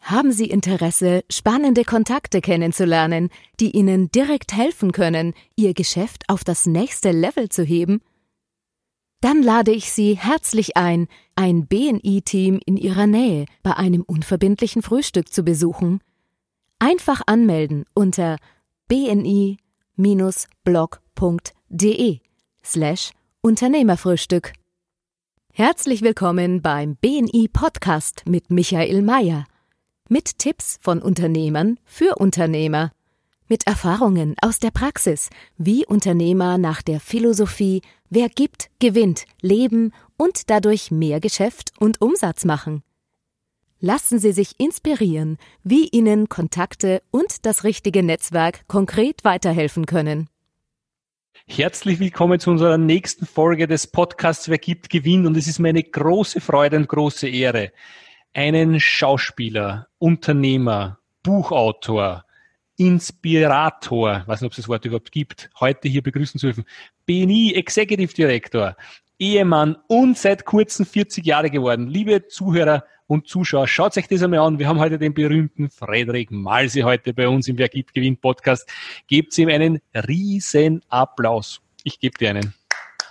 Haben Sie Interesse, spannende Kontakte kennenzulernen, die Ihnen direkt helfen können, Ihr Geschäft auf das nächste Level zu heben? Dann lade ich Sie herzlich ein BNI-Team in Ihrer Nähe bei einem unverbindlichen Frühstück zu besuchen. Einfach anmelden unter bni-blog.de/Unternehmerfrühstück. Herzlich willkommen beim BNI-Podcast mit Michael Mayer. Mit Tipps von Unternehmern für Unternehmer. Mit Erfahrungen aus der Praxis, wie Unternehmer nach der Philosophie „Wer gibt, gewinnt" leben und dadurch mehr Geschäft und Umsatz machen. Lassen Sie sich inspirieren, wie Ihnen Kontakte und das richtige Netzwerk konkret weiterhelfen können. Herzlich willkommen zu unserer nächsten Folge des Podcasts „Wer gibt, gewinnt", und es ist mir eine große Freude und große Ehre, einen Schauspieler, Unternehmer, Buchautor, Inspirator, ich weiß nicht, ob es das Wort überhaupt gibt, heute hier begrüßen zu dürfen, BNI Executive Director, Ehemann und seit kurzem 40 Jahre geworden. Liebe Zuhörer und Zuschauer, schaut euch das einmal an. Wir haben heute den berühmten Fredrik Malsi heute bei uns im Wer gibt, gewinnt Podcast. Gebt ihm einen riesen Applaus. Ich gebe dir einen.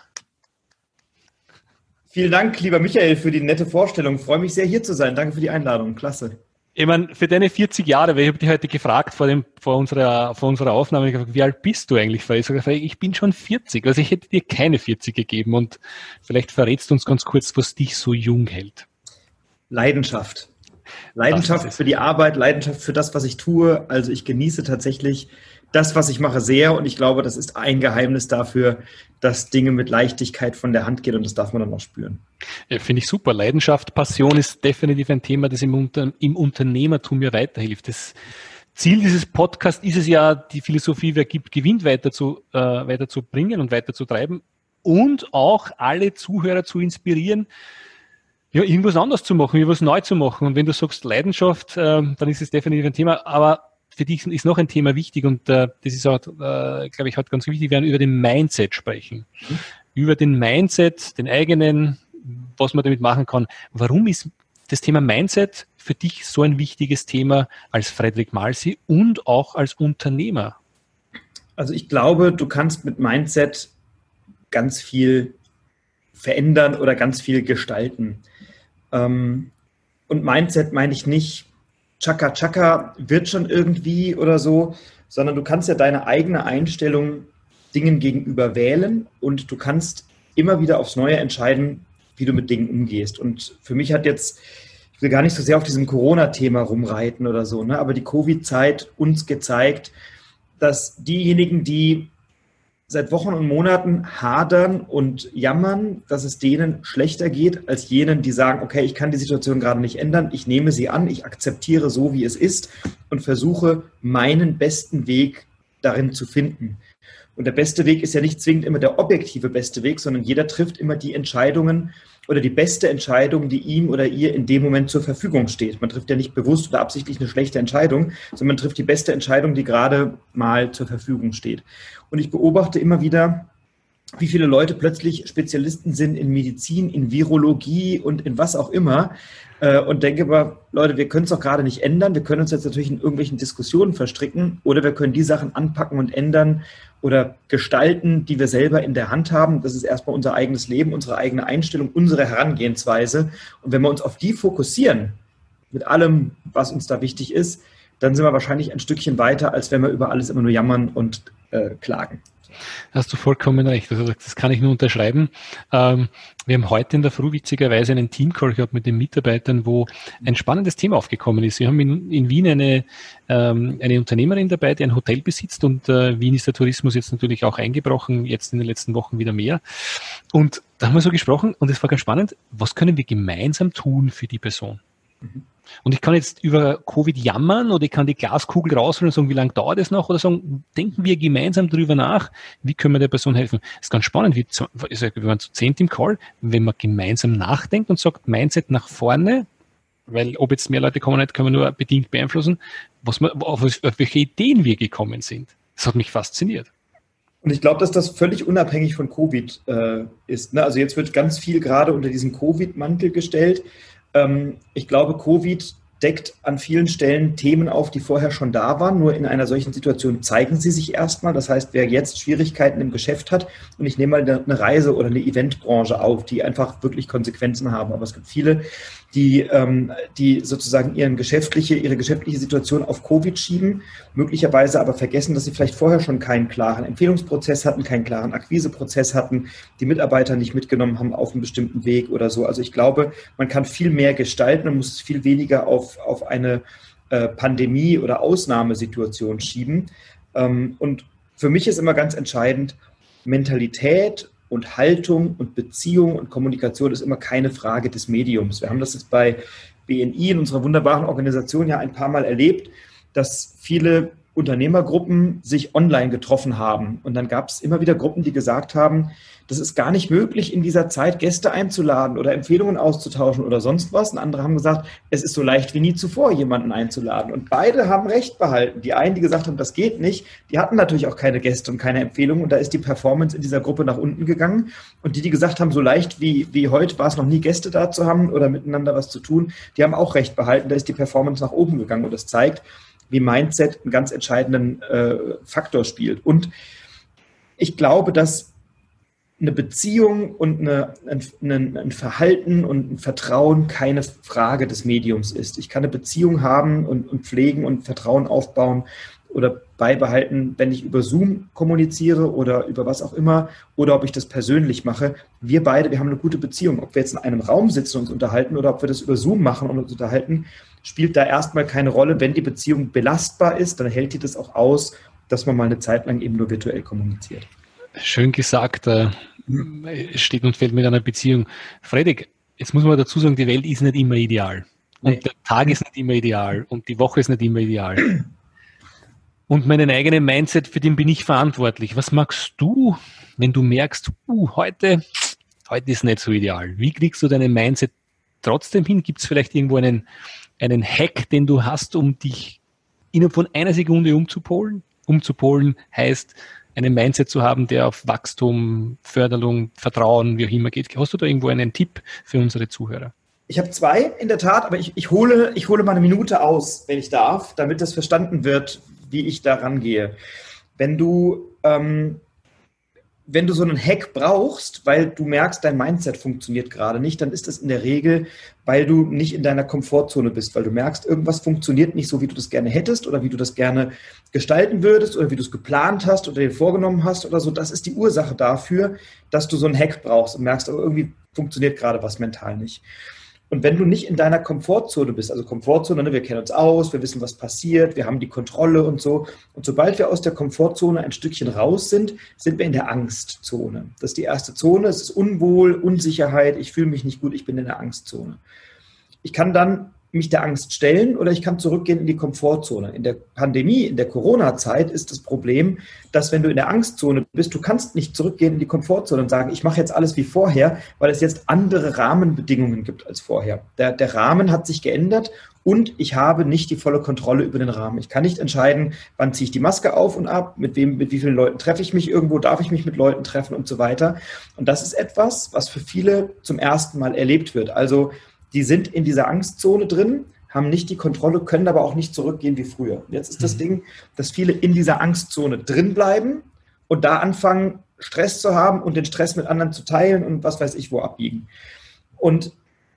Vielen Dank, lieber Michael, für die nette Vorstellung. Ich freue mich sehr, hier zu sein. Danke für die Einladung. Klasse. Ich meine, für deine 40 Jahre, weil ich habe dich heute gefragt vor unserer Aufnahme, ich habe gefragt, wie alt bist du eigentlich? Ich sage, ich bin schon 40. Also ich hätte dir keine 40 gegeben, und vielleicht verrätst du uns ganz kurz, was dich so jung hält. Leidenschaft. Leidenschaft für die Arbeit, Leidenschaft für das, was ich tue. Also ich genieße tatsächlich das, was ich mache, sehr, und ich glaube, das ist ein Geheimnis dafür, dass Dinge mit Leichtigkeit von der Hand gehen, und das darf man dann auch spüren. Ja, finde ich super. Leidenschaft, Passion ist definitiv ein Thema, das im Unternehmertum mir weiterhilft. Das Ziel dieses Podcasts ist es ja, die Philosophie „Wer gibt, gewinnt" weiterzubringen und weiterzutreiben und auch alle Zuhörer zu inspirieren, ja, irgendwas anders zu machen, irgendwas neu zu machen. Und wenn du sagst Leidenschaft, dann ist es definitiv ein Thema, aber für dich ist noch ein Thema wichtig, und das ist auch, glaube ich, heute ganz wichtig. Wir werden über den Mindset sprechen. Über den Mindset, den eigenen, was man damit machen kann. Warum ist das Thema Mindset für dich so ein wichtiges Thema als Fredrik Malsi und auch als Unternehmer? Also ich glaube, du kannst mit Mindset ganz viel verändern oder ganz viel gestalten. Und Mindset meine ich nicht, Chaka Chaka wird schon irgendwie oder so, sondern du kannst ja deine eigene Einstellung Dingen gegenüber wählen, und du kannst immer wieder aufs Neue entscheiden, wie du mit Dingen umgehst. Und für mich hat jetzt, ich will gar nicht so sehr auf diesem Corona-Thema rumreiten oder so, ne, aber die Covid-Zeit uns gezeigt, dass diejenigen, die seit Wochen und Monaten hadern und jammern, dass es denen schlechter geht, als jenen, die sagen, okay, ich kann die Situation gerade nicht ändern, ich nehme sie an, ich akzeptiere so, wie es ist, und versuche, meinen besten Weg darin zu finden. Und der beste Weg ist ja nicht zwingend immer der objektive beste Weg, sondern jeder trifft immer die Entscheidungen oder die beste Entscheidung, die ihm oder ihr in dem Moment zur Verfügung steht. Man trifft ja nicht bewusst oder absichtlich eine schlechte Entscheidung, sondern man trifft die beste Entscheidung, die gerade mal zur Verfügung steht. Und ich beobachte immer wieder, wie viele Leute plötzlich Spezialisten sind in Medizin, in Virologie und in was auch immer, und denke aber, Leute, wir können es doch gerade nicht ändern. Wir können uns jetzt natürlich in irgendwelchen Diskussionen verstricken, oder wir können die Sachen anpacken und ändern oder gestalten, die wir selber in der Hand haben. Das ist erstmal unser eigenes Leben, unsere eigene Einstellung, unsere Herangehensweise. Und wenn wir uns auf die fokussieren, mit allem, was uns da wichtig ist, dann sind wir wahrscheinlich ein Stückchen weiter, als wenn wir über alles immer nur jammern und klagen. Hast du vollkommen recht. Also das kann ich nur unterschreiben. Wir haben heute in der Früh witzigerweise einen Teamcall gehabt mit den Mitarbeitern, wo ein spannendes Thema aufgekommen ist. Wir haben in Wien eine Unternehmerin dabei, die ein Hotel besitzt, und Wien ist der Tourismus jetzt natürlich auch eingebrochen, jetzt in den letzten Wochen wieder mehr. Und da haben wir so gesprochen, und es war ganz spannend, was können wir gemeinsam tun für die Person? Und ich kann jetzt über Covid jammern, oder ich kann die Glaskugel rausholen und sagen, wie lange dauert es noch, oder sagen, denken wir gemeinsam darüber nach, wie können wir der Person helfen. Das ist ganz spannend, wir waren zu 10 im Call, wenn man gemeinsam nachdenkt und sagt, Mindset nach vorne, weil ob jetzt mehr Leute kommen, nicht, können wir nur bedingt beeinflussen, auf welche Ideen wir gekommen sind. Das hat mich fasziniert. Und ich glaube, dass das völlig unabhängig von Covid ist. Ne? Also jetzt wird ganz viel gerade unter diesen Covid-Mantel gestellt. Ich glaube, Covid deckt an vielen Stellen Themen auf, die vorher schon da waren. Nur in einer solchen Situation zeigen sie sich erstmal. Das heißt, wer jetzt Schwierigkeiten im Geschäft hat, und ich nehme mal eine Reise- oder eine Eventbranche auf, die einfach wirklich Konsequenzen haben. Aber es gibt viele, die sozusagen ihre geschäftliche Situation auf Covid schieben, möglicherweise aber vergessen, dass sie vielleicht vorher schon keinen klaren Empfehlungsprozess hatten, keinen klaren Akquiseprozess hatten, die Mitarbeiter nicht mitgenommen haben auf einen bestimmten Weg oder so. Also ich glaube, man kann viel mehr gestalten und muss viel weniger auf eine Pandemie- oder Ausnahmesituation schieben. Und für mich ist immer ganz entscheidend, Mentalität und Haltung und Beziehung und Kommunikation ist immer keine Frage des Mediums. Wir haben das jetzt bei BNI in unserer wunderbaren Organisation ja ein paar Mal erlebt, dass viele Unternehmergruppen sich online getroffen haben. Und dann gab es immer wieder Gruppen, die gesagt haben, das ist gar nicht möglich, in dieser Zeit Gäste einzuladen oder Empfehlungen auszutauschen oder sonst was. Und andere haben gesagt, es ist so leicht wie nie zuvor, jemanden einzuladen. Und beide haben Recht behalten. Die einen, die gesagt haben, das geht nicht, die hatten natürlich auch keine Gäste und keine Empfehlungen. Und da ist die Performance in dieser Gruppe nach unten gegangen. Und die gesagt haben, so leicht wie heute war es noch nie, Gäste da zu haben oder miteinander was zu tun, die haben auch Recht behalten. Da ist die Performance nach oben gegangen. Und das zeigt, wie Mindset einen ganz entscheidenden Faktor spielt. Und ich glaube, dass eine Beziehung und ein Verhalten und ein Vertrauen keine Frage des Mediums ist. Ich kann eine Beziehung haben und pflegen und Vertrauen aufbauen oder beibehalten, wenn ich über Zoom kommuniziere oder über was auch immer oder ob ich das persönlich mache. Wir beide, wir haben eine gute Beziehung. Ob wir jetzt in einem Raum sitzen und uns unterhalten oder ob wir das über Zoom machen und uns unterhalten, spielt da erstmal keine Rolle. Wenn die Beziehung belastbar ist, dann hält die das auch aus, dass man mal eine Zeit lang eben nur virtuell kommuniziert. Schön gesagt, steht und fällt mit einer Beziehung. Fredrik, jetzt muss man dazu sagen, die Welt ist nicht immer ideal. Und der Tag ist nicht immer ideal. Und die Woche ist nicht immer ideal. Und meinen eigenen Mindset, für den bin ich verantwortlich. Was magst du, wenn du merkst, heute ist nicht so ideal? Wie kriegst du deinen Mindset trotzdem hin? Gibt es vielleicht irgendwo einen Hack, den du hast, um dich innerhalb von einer Sekunde umzupolen? Umzupolen heißt, einen Mindset zu haben, der auf Wachstum, Förderung, Vertrauen, wie auch immer geht. Hast du da irgendwo einen Tipp für unsere Zuhörer? Ich habe zwei in der Tat, aber ich hole mal eine Minute aus, wenn ich darf, damit das verstanden wird, wie ich da rangehe. Wenn du so einen Hack brauchst, weil du merkst, dein Mindset funktioniert gerade nicht, dann ist das in der Regel, weil du nicht in deiner Komfortzone bist, weil du merkst, irgendwas funktioniert nicht so, wie du das gerne hättest oder wie du das gerne gestalten würdest oder wie du es geplant hast oder dir vorgenommen hast oder so. Das ist die Ursache dafür, dass du so einen Hack brauchst und merkst, aber irgendwie funktioniert gerade was mental nicht. Und wenn du nicht in deiner Komfortzone bist, also Komfortzone, ne, wir kennen uns aus, wir wissen, was passiert, wir haben die Kontrolle und so. Und sobald wir aus der Komfortzone ein Stückchen raus sind, sind wir in der Angstzone. Das ist die erste Zone, es ist Unwohl, Unsicherheit, ich fühle mich nicht gut, ich bin in der Angstzone. Ich kann dann mich der Angst stellen oder ich kann zurückgehen in die Komfortzone. In der Pandemie, in der Corona-Zeit ist das Problem, dass wenn du in der Angstzone bist, du kannst nicht zurückgehen in die Komfortzone und sagen, ich mache jetzt alles wie vorher, weil es jetzt andere Rahmenbedingungen gibt als vorher. Der Rahmen hat sich geändert und ich habe nicht die volle Kontrolle über den Rahmen. Ich kann nicht entscheiden, wann ziehe ich die Maske auf und ab, mit wie vielen Leuten treffe ich mich irgendwo, darf ich mich mit Leuten treffen und so weiter. Und das ist etwas, was für viele zum ersten Mal erlebt wird. Also die sind in dieser Angstzone drin, haben nicht die Kontrolle, können aber auch nicht zurückgehen wie früher. Jetzt ist das Ding, dass viele in dieser Angstzone drin bleiben und da anfangen, Stress zu haben und den Stress mit anderen zu teilen und was weiß ich wo abbiegen. Und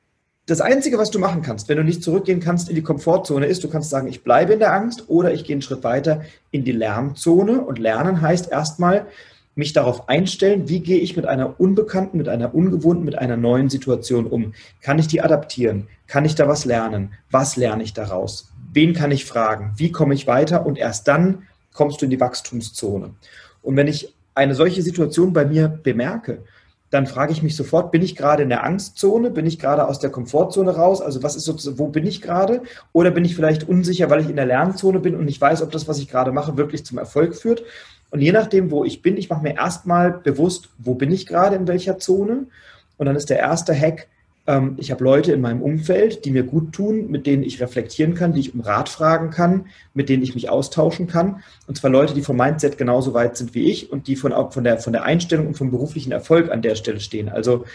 das Einzige, was du machen kannst, wenn du nicht zurückgehen kannst in die Komfortzone, ist, du kannst sagen, ich bleibe in der Angst oder ich gehe einen Schritt weiter in die Lernzone. Und Lernen heißt erstmal, mich darauf einstellen, wie gehe ich mit einer unbekannten, mit einer ungewohnten, mit einer neuen Situation um? Kann ich die adaptieren? Kann ich da was lernen? Was lerne ich daraus? Wen kann ich fragen? Wie komme ich weiter? Und erst dann kommst du in die Wachstumszone. Und wenn ich eine solche Situation bei mir bemerke, dann frage ich mich sofort, bin ich gerade in der Angstzone? Bin ich gerade aus der Komfortzone raus? Also was ist sozusagen, wo bin ich gerade? Oder bin ich vielleicht unsicher, weil ich in der Lernzone bin und nicht weiß, ob das, was ich gerade mache, wirklich zum Erfolg führt? Und je nachdem, wo ich bin, ich mache mir erstmal bewusst, wo bin ich gerade, in welcher Zone. Und dann ist der erste Hack, ich habe Leute in meinem Umfeld, die mir gut tun, mit denen ich reflektieren kann, die ich um Rat fragen kann, mit denen ich mich austauschen kann. Und zwar Leute, die vom Mindset genauso weit sind wie ich und die von der Einstellung und vom beruflichen Erfolg an der Stelle stehen. Also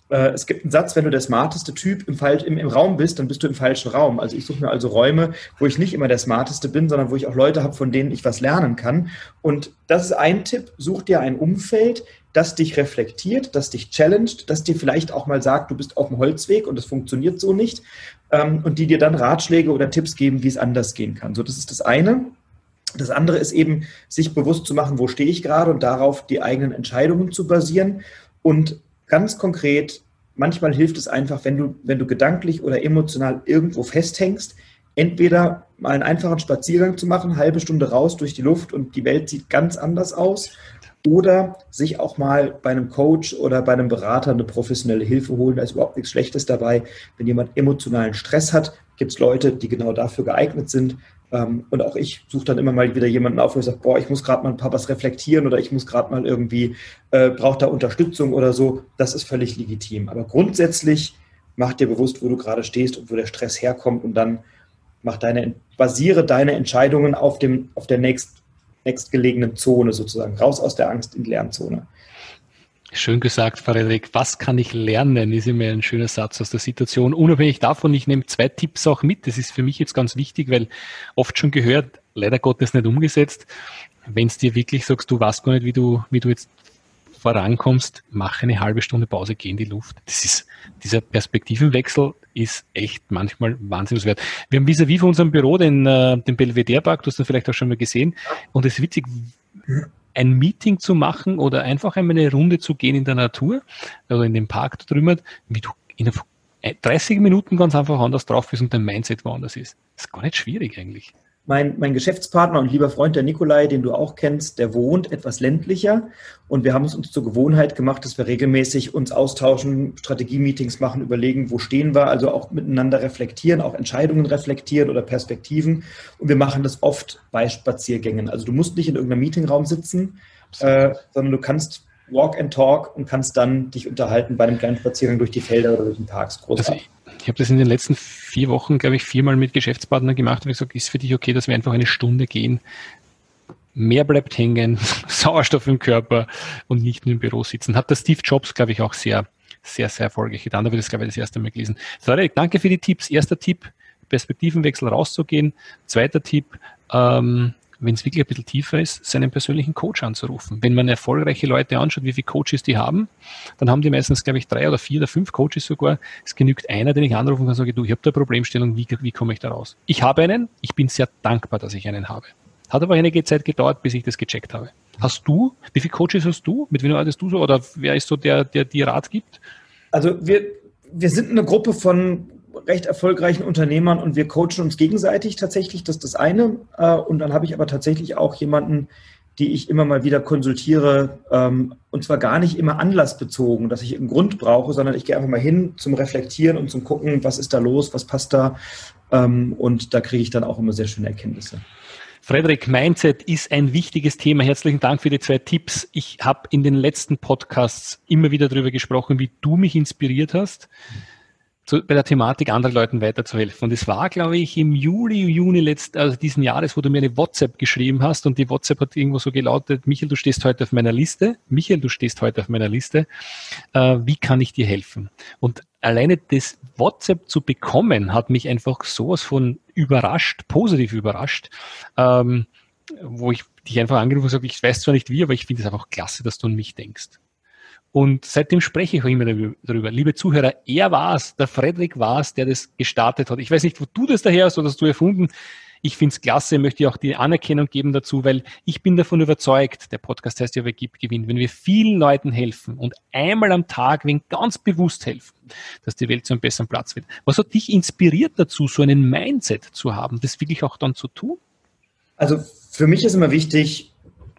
Es gibt einen Satz, wenn du der smarteste Typ im Raum bist, dann bist du im falschen Raum. Also ich suche mir also Räume, wo ich nicht immer der smarteste bin, sondern wo ich auch Leute habe, von denen ich was lernen kann. Und das ist ein Tipp, such dir ein Umfeld, das dich reflektiert, das dich challenged, das dir vielleicht auch mal sagt, du bist auf dem Holzweg und das funktioniert so nicht, und die dir dann Ratschläge oder Tipps geben, wie es anders gehen kann. So, das ist das eine. Das andere ist eben, sich bewusst zu machen, wo stehe ich gerade und darauf die eigenen Entscheidungen zu basieren. Und ganz konkret, manchmal hilft es einfach, wenn du gedanklich oder emotional irgendwo festhängst, entweder mal einen einfachen Spaziergang zu machen, eine halbe Stunde raus durch die Luft und die Welt sieht ganz anders aus, oder sich auch mal bei einem Coach oder bei einem Berater eine professionelle Hilfe holen. Da ist überhaupt nichts Schlechtes dabei. Wenn jemand emotionalen Stress hat, gibt es Leute, die genau dafür geeignet sind. Und auch ich suche dann immer mal wieder jemanden auf, wo ich sage, boah, ich muss gerade mal ein paar was reflektieren oder ich muss gerade mal irgendwie, brauche da Unterstützung oder so. Das ist völlig legitim. Aber grundsätzlich mach dir bewusst, wo du gerade stehst und wo der Stress herkommt, und dann basiere deine Entscheidungen auf der nächstgelegenen Zone sozusagen. Raus aus der Angst in die Lernzone. Schön gesagt, Frederik. Was kann ich lernen, ist immer ein schöner Satz aus der Situation. Unabhängig davon, ich nehme 2 Tipps auch mit. Das ist für mich jetzt ganz wichtig, weil oft schon gehört, leider Gottes nicht umgesetzt. Wenn es dir wirklich sagst, du weißt gar nicht, wie du jetzt vorankommst, mach eine halbe Stunde Pause, geh in die Luft. Dieser Perspektivenwechsel ist echt manchmal wahnsinnig wert. Wir haben vis-à-vis von unserem Büro den Belvedere Park, du hast das vielleicht auch schon mal gesehen. Und es ist witzig, ein Meeting zu machen oder einfach einmal eine Runde zu gehen in der Natur oder in dem Park da drüben, wie du in 30 Minuten ganz einfach anders drauf bist und dein Mindset woanders ist. Das ist gar nicht schwierig eigentlich. Mein Geschäftspartner und lieber Freund, der Nikolai, den du auch kennst, der wohnt etwas ländlicher, und wir haben es uns zur Gewohnheit gemacht, dass wir regelmäßig uns austauschen, Strategie-Meetings machen, überlegen, wo stehen wir, also auch miteinander reflektieren, auch Entscheidungen reflektieren oder Perspektiven, und wir machen das oft bei Spaziergängen. Also du musst nicht in irgendeinem Meetingraum sitzen, sondern du kannst walk and talk und kannst dann dich unterhalten bei einem kleinen Spaziergang durch die Felder oder durch den Park. Großartig. Ich habe das in den letzten 4 Wochen, glaube ich, 4-mal mit Geschäftspartnern gemacht und ich gesagt, ist für dich okay, dass wir einfach eine Stunde gehen? Mehr bleibt hängen, Sauerstoff im Körper und nicht nur im Büro sitzen. Hat der Steve Jobs, glaube ich, auch sehr, sehr, sehr erfolgreich getan. Da habe ich das, glaube ich, das erste Mal gelesen. Frederik, danke für die Tipps. Erster Tipp, Perspektivenwechsel rauszugehen. Zweiter Tipp, wenn es wirklich ein bisschen tiefer ist, seinen persönlichen Coach anzurufen. Wenn man erfolgreiche Leute anschaut, wie viele Coaches die haben, dann haben die meistens, glaube ich, 3 oder 4 oder 5 Coaches sogar. Es genügt einer, den ich anrufen kann und sage, du, ich habe da eine Problemstellung, wie komme ich da raus? Ich habe einen, ich bin sehr dankbar, dass ich einen habe. Hat aber einige Zeit gedauert, bis ich das gecheckt habe. Wie viele Coaches hast du? Mit wem arbeitest du so? Oder wer ist so der dir Rat gibt? Also wir sind eine Gruppe von recht erfolgreichen Unternehmern und wir coachen uns gegenseitig tatsächlich, das ist das eine. Und dann habe ich aber tatsächlich auch jemanden, die ich immer mal wieder konsultiere, und zwar gar nicht immer anlassbezogen, dass ich einen Grund brauche, sondern ich gehe einfach mal hin zum Reflektieren und zum Gucken, was ist da los, was passt da, und da kriege ich dann auch immer sehr schöne Erkenntnisse. Frederik, Mindset ist ein wichtiges Thema. Herzlichen Dank für die 2 Tipps. Ich habe in den letzten Podcasts immer wieder darüber gesprochen, wie du mich inspiriert hast, bei der Thematik, anderen Leuten weiterzuhelfen. Und es war, glaube ich, im Juni diesen Jahres, wo du mir eine WhatsApp geschrieben hast, und die WhatsApp hat irgendwo so gelautet: Michael, du stehst heute auf meiner Liste. Wie kann ich dir helfen? Und alleine das WhatsApp zu bekommen, hat mich einfach sowas von überrascht, positiv überrascht, wo ich dich einfach angerufen habe und gesagt, ich weiß zwar nicht wie, aber ich finde es einfach klasse, dass du an mich denkst. Und seitdem spreche ich auch immer darüber. Liebe Zuhörer, der Frederik war es, der das gestartet hat. Ich weiß nicht, wo du das daher hast oder hast du erfunden. Ich finde es klasse, möchte dir auch die Anerkennung geben dazu, weil ich bin davon überzeugt, der Podcast heißt ja, wer gibt, gewinnt. Wenn wir vielen Leuten helfen und einmal am Tag, wenn ganz bewusst helfen, dass die Welt zu einem besseren Platz wird. Was hat dich inspiriert dazu, so einen Mindset zu haben, das wirklich auch dann zu tun? Also für mich ist immer wichtig,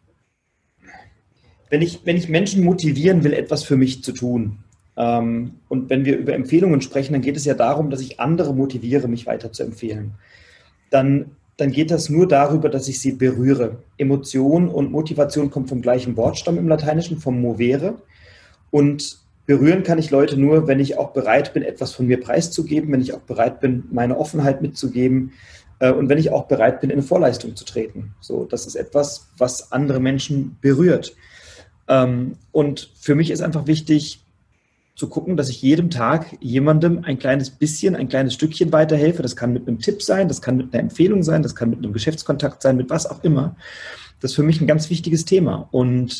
wenn ich Menschen motivieren will, etwas für mich zu tun, und wenn wir über Empfehlungen sprechen, dann geht es ja darum, dass ich andere motiviere, mich weiter zu empfehlen. Dann geht das nur darüber, dass ich sie berühre. Emotion und Motivation kommt vom gleichen Wortstamm im Lateinischen, vom movere. Und berühren kann ich Leute nur, wenn ich auch bereit bin, etwas von mir preiszugeben, wenn ich auch bereit bin, meine Offenheit mitzugeben, und wenn ich auch bereit bin, in eine Vorleistung zu treten. So, das ist etwas, was andere Menschen berührt. Und für mich ist einfach wichtig, zu gucken, dass ich jedem Tag jemandem ein kleines Stückchen weiterhelfe. Das kann mit einem Tipp sein, das kann mit einer Empfehlung sein, das kann mit einem Geschäftskontakt sein, mit was auch immer. Das ist für mich ein ganz wichtiges Thema. Und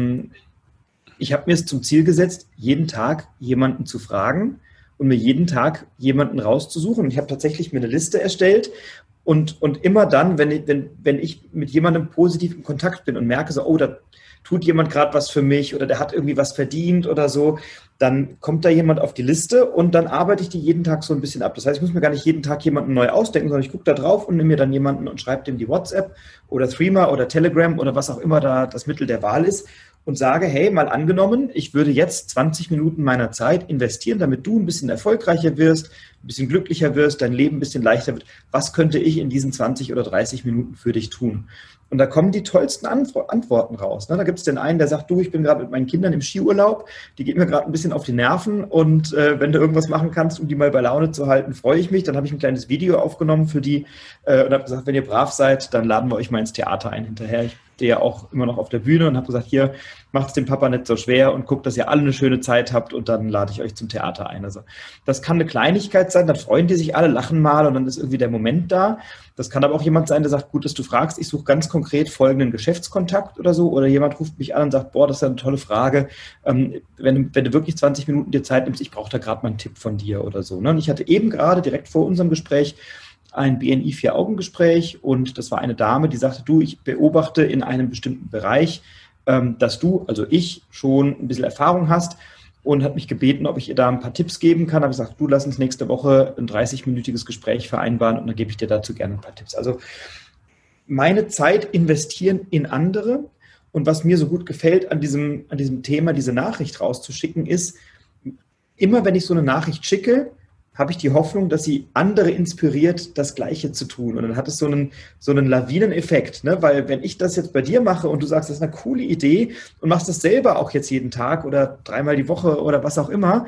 ich habe mir es zum Ziel gesetzt, jeden Tag jemanden zu fragen und mir jeden Tag jemanden rauszusuchen. Und ich habe tatsächlich mir eine Liste erstellt und immer dann, wenn ich mit jemandem positiv in Kontakt bin und merke so, oh, da tut jemand gerade was für mich oder der hat irgendwie was verdient oder so, dann kommt da jemand auf die Liste und dann arbeite ich die jeden Tag so ein bisschen ab. Das heißt, ich muss mir gar nicht jeden Tag jemanden neu ausdenken, sondern ich gucke da drauf und nehme mir dann jemanden und schreibe dem die WhatsApp oder Threema oder Telegram oder was auch immer da das Mittel der Wahl ist und sage, hey, mal angenommen, ich würde jetzt 20 Minuten meiner Zeit investieren, damit du ein bisschen erfolgreicher wirst, ein bisschen glücklicher wirst, dein Leben ein bisschen leichter wird. Was könnte ich in diesen 20 oder 30 Minuten für dich tun? Und da kommen die tollsten Antworten raus. Da gibt es den einen, der sagt, du, ich bin gerade mit meinen Kindern im Skiurlaub, die gehen mir gerade ein bisschen auf die Nerven und wenn du irgendwas machen kannst, um die mal bei Laune zu halten, freue ich mich. Dann habe ich ein kleines Video aufgenommen für die und habe gesagt, wenn ihr brav seid, dann laden wir euch mal ins Theater ein hinterher. Ich stehe ja auch immer noch auf der Bühne und habe gesagt, hier, macht es dem Papa nicht so schwer und guckt, dass ihr alle eine schöne Zeit habt und dann lade ich euch zum Theater ein. Also das kann eine Kleinigkeit sein, dann freuen die sich alle, lachen mal und dann ist irgendwie der Moment da. Das kann aber auch jemand sein, der sagt, gut, dass du fragst, ich suche ganz konkret folgenden Geschäftskontakt oder so, oder jemand ruft mich an und sagt, boah, das ist ja eine tolle Frage, wenn du wirklich 20 Minuten dir Zeit nimmst, ich brauche da gerade mal einen Tipp von dir oder so. Und ich hatte eben gerade direkt vor unserem Gespräch ein BNI 4-Augen-Gespräch und das war eine Dame, die sagte, du, ich beobachte in einem bestimmten Bereich, dass du, also ich, schon ein bisschen Erfahrung hast und hat mich gebeten, ob ich ihr da ein paar Tipps geben kann. Da habe ich gesagt, du, lass uns nächste Woche ein 30-minütiges Gespräch vereinbaren und dann gebe ich dir dazu gerne ein paar Tipps. Also meine Zeit investieren in andere und was mir so gut gefällt an diesem Thema, diese Nachricht rauszuschicken, ist, immer wenn ich so eine Nachricht schicke, habe ich die Hoffnung, dass sie andere inspiriert, das Gleiche zu tun. Und dann hat es so einen Lawineneffekt, ne? Weil wenn ich das jetzt bei dir mache und du sagst, das ist eine coole Idee und machst das selber auch jetzt jeden Tag oder 3-mal die Woche oder was auch immer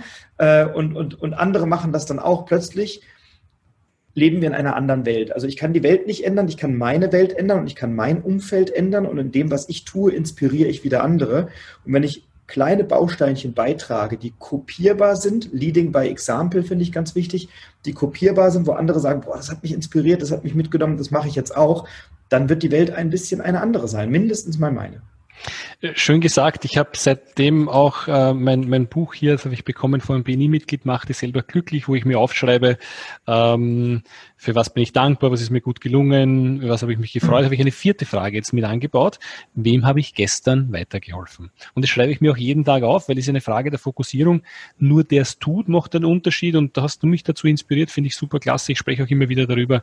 und andere machen das dann auch plötzlich, leben wir in einer anderen Welt. Also ich kann die Welt nicht ändern, ich kann meine Welt ändern und ich kann mein Umfeld ändern und in dem, was ich tue, inspiriere ich wieder andere. Und wenn ich kleine Bausteinchen beitrage, die kopierbar sind. Leading by Example finde ich ganz wichtig. Die kopierbar sind, wo andere sagen, boah, das hat mich inspiriert, das hat mich mitgenommen, das mache ich jetzt auch. Dann wird die Welt ein bisschen eine andere sein, mindestens mal meine. Schön gesagt. Ich habe seitdem auch mein Buch hier, das habe ich bekommen von einem BNI-Mitglied, Mach dich selber glücklich, wo ich mir aufschreibe, für was bin ich dankbar, was ist mir gut gelungen, für was habe ich mich gefreut, habe ich eine 4. Frage jetzt mit angebaut. Wem habe ich gestern weitergeholfen? Und das schreibe ich mir auch jeden Tag auf, weil es ist eine Frage der Fokussierung. Nur der es tut, macht einen Unterschied und da hast du mich dazu inspiriert, finde ich super klasse. Ich spreche auch immer wieder darüber.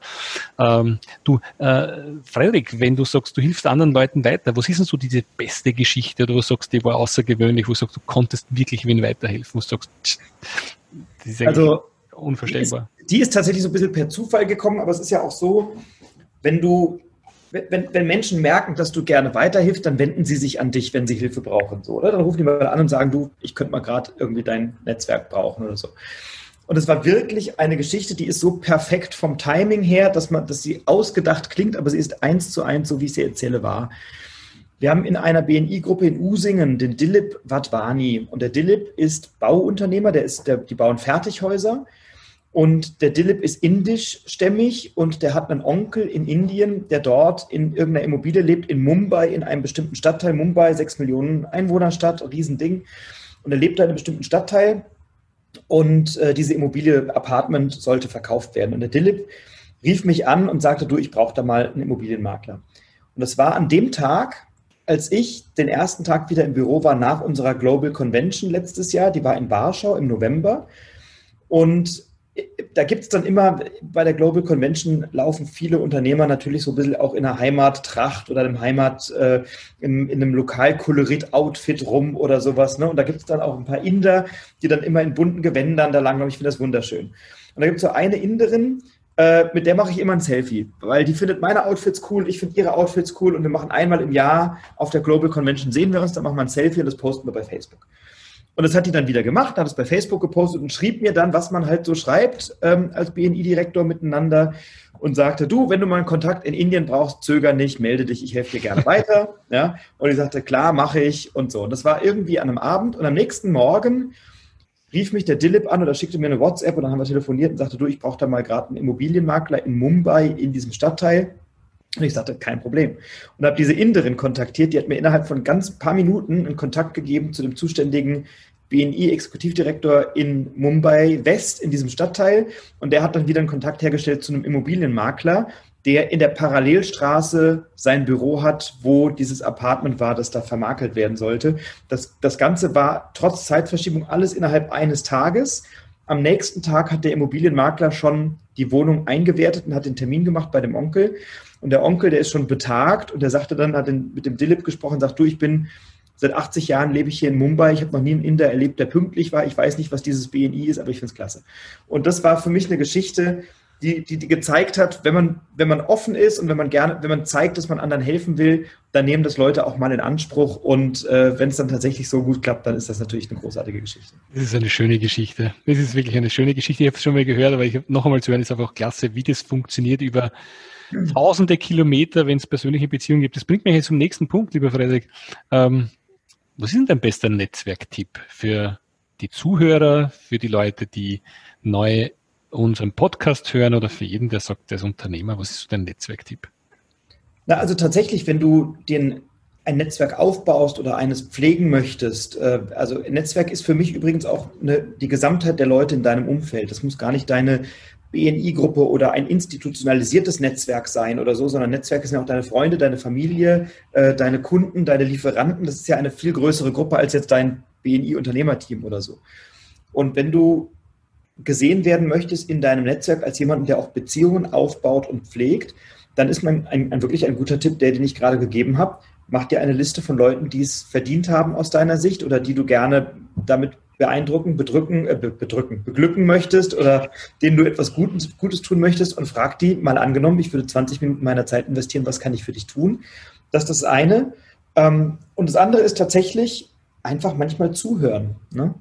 Frederik, wenn du sagst, du hilfst anderen Leuten weiter, was ist denn so diese beste Geschichte oder was sagst du, die war außergewöhnlich, wo du sagst, du konntest wirklich wen weiterhelfen, wo du sagst, das ist eigentlich unvorstellbar. Die ist tatsächlich so ein bisschen per Zufall gekommen, aber es ist ja auch so, wenn Menschen merken, dass du gerne weiterhilfst, dann wenden sie sich an dich, wenn sie Hilfe brauchen. So, oder? Dann rufen die mal an und sagen, du, ich könnte mal gerade irgendwie dein Netzwerk brauchen oder so. Und es war wirklich eine Geschichte, die ist so perfekt vom Timing her, dass sie ausgedacht klingt, aber sie ist 1:1, so wie ich sie erzähle, wahr. Wir haben in einer BNI-Gruppe in Usingen den Dilip Wadhwani. Und der Dilip ist Bauunternehmer, die bauen Fertighäuser. Und der Dilip ist indischstämmig und der hat einen Onkel in Indien, der dort in irgendeiner Immobilie lebt, in Mumbai, in einem bestimmten Stadtteil. Mumbai, 6 Millionen Einwohnerstadt, Riesending. Und er lebt da in einem bestimmten Stadtteil und diese Immobilie, Apartment, sollte verkauft werden. Und der Dilip rief mich an und sagte, du, ich brauche da mal einen Immobilienmakler. Und das war an dem Tag, als ich den ersten Tag wieder im Büro war nach unserer Global Convention letztes Jahr. Die war in Warschau im November. Und da gibt es dann immer, bei der Global Convention laufen viele Unternehmer natürlich so ein bisschen auch in einer Heimattracht oder in einem Lokalkolorit-Outfit rum oder sowas. Ne? Und da gibt es dann auch ein paar Inder, die dann immer in bunten Gewändern da langlaufen. Ich finde das wunderschön. Und da gibt es so eine Inderin, mit der mache ich immer ein Selfie, weil die findet meine Outfits cool, ich finde ihre Outfits cool und wir machen einmal im Jahr auf der Global Convention, sehen wir uns, dann machen wir ein Selfie und das posten wir bei Facebook. Und das hat die dann wieder gemacht, hat es bei Facebook gepostet und schrieb mir dann, was man halt so schreibt als BNI-Direktor miteinander und sagte, du, wenn du mal einen Kontakt in Indien brauchst, zöger nicht, melde dich, ich helfe dir gerne weiter. Ja? Und ich sagte, klar, mache ich und so. Und das war irgendwie an einem Abend und am nächsten Morgen rief mich der Dilip an oder schickte mir eine WhatsApp und dann haben wir telefoniert und sagte, du, ich brauche da mal gerade einen Immobilienmakler in Mumbai in diesem Stadtteil. Und ich sagte, kein Problem. Und habe diese Inderin kontaktiert, die hat mir innerhalb von ganz paar Minuten einen Kontakt gegeben zu dem zuständigen BNI-Exekutivdirektor in Mumbai West, in diesem Stadtteil. Und der hat dann wieder einen Kontakt hergestellt zu einem Immobilienmakler, der in der Parallelstraße sein Büro hat, wo dieses Apartment war, das da vermakelt werden sollte. Das Ganze war trotz Zeitverschiebung alles innerhalb eines Tages. Am nächsten Tag hat der Immobilienmakler schon die Wohnung eingewertet und hat den Termin gemacht bei dem Onkel. Und der Onkel, der ist schon betagt und der sagte dann, hat mit dem Dilip gesprochen, sagt, du, seit 80 Jahren lebe ich hier in Mumbai, ich habe noch nie einen Inder erlebt, der pünktlich war. Ich weiß nicht, was dieses BNI ist, aber ich finde es klasse. Und das war für mich eine Geschichte, die gezeigt hat, wenn man offen ist und wenn man zeigt, dass man anderen helfen will, dann nehmen das Leute auch mal in Anspruch. Und wenn es dann tatsächlich so gut klappt, dann ist das natürlich eine großartige Geschichte. Das ist eine schöne Geschichte. Das ist wirklich eine schöne Geschichte. Ich habe es schon mal gehört, aber ich habe noch einmal zu hören, ist einfach klasse, wie das funktioniert über tausende Kilometer, wenn es persönliche Beziehungen gibt. Das bringt mich jetzt zum nächsten Punkt, lieber Frederik. Was ist denn dein bester Netzwerktipp für die Zuhörer, für die Leute, die neu unseren Podcast hören oder für jeden, der sagt, der ist Unternehmer? Was ist so dein Netzwerktipp? Na, also tatsächlich, wenn du ein Netzwerk aufbaust oder eines pflegen möchtest, also ein Netzwerk ist für mich übrigens auch die Gesamtheit der Leute in deinem Umfeld. Das muss gar nicht deine BNI-Gruppe oder ein institutionalisiertes Netzwerk sein oder so, sondern Netzwerke sind ja auch deine Freunde, deine Familie, deine Kunden, deine Lieferanten. Das ist ja eine viel größere Gruppe als jetzt dein BNI-Unternehmerteam oder so. Und wenn du gesehen werden möchtest in deinem Netzwerk als jemand, der auch Beziehungen aufbaut und pflegt, dann ist wirklich ein guter Tipp, den ich gerade gegeben habe. Mach dir eine Liste von Leuten, die es verdient haben aus deiner Sicht oder die du gerne damit beglücken möchtest oder denen du etwas Gutes tun möchtest und frag die, mal angenommen, ich würde 20 Minuten meiner Zeit investieren, was kann ich für dich tun? Das ist das eine. Und das andere ist tatsächlich einfach manchmal zuhören. Ne?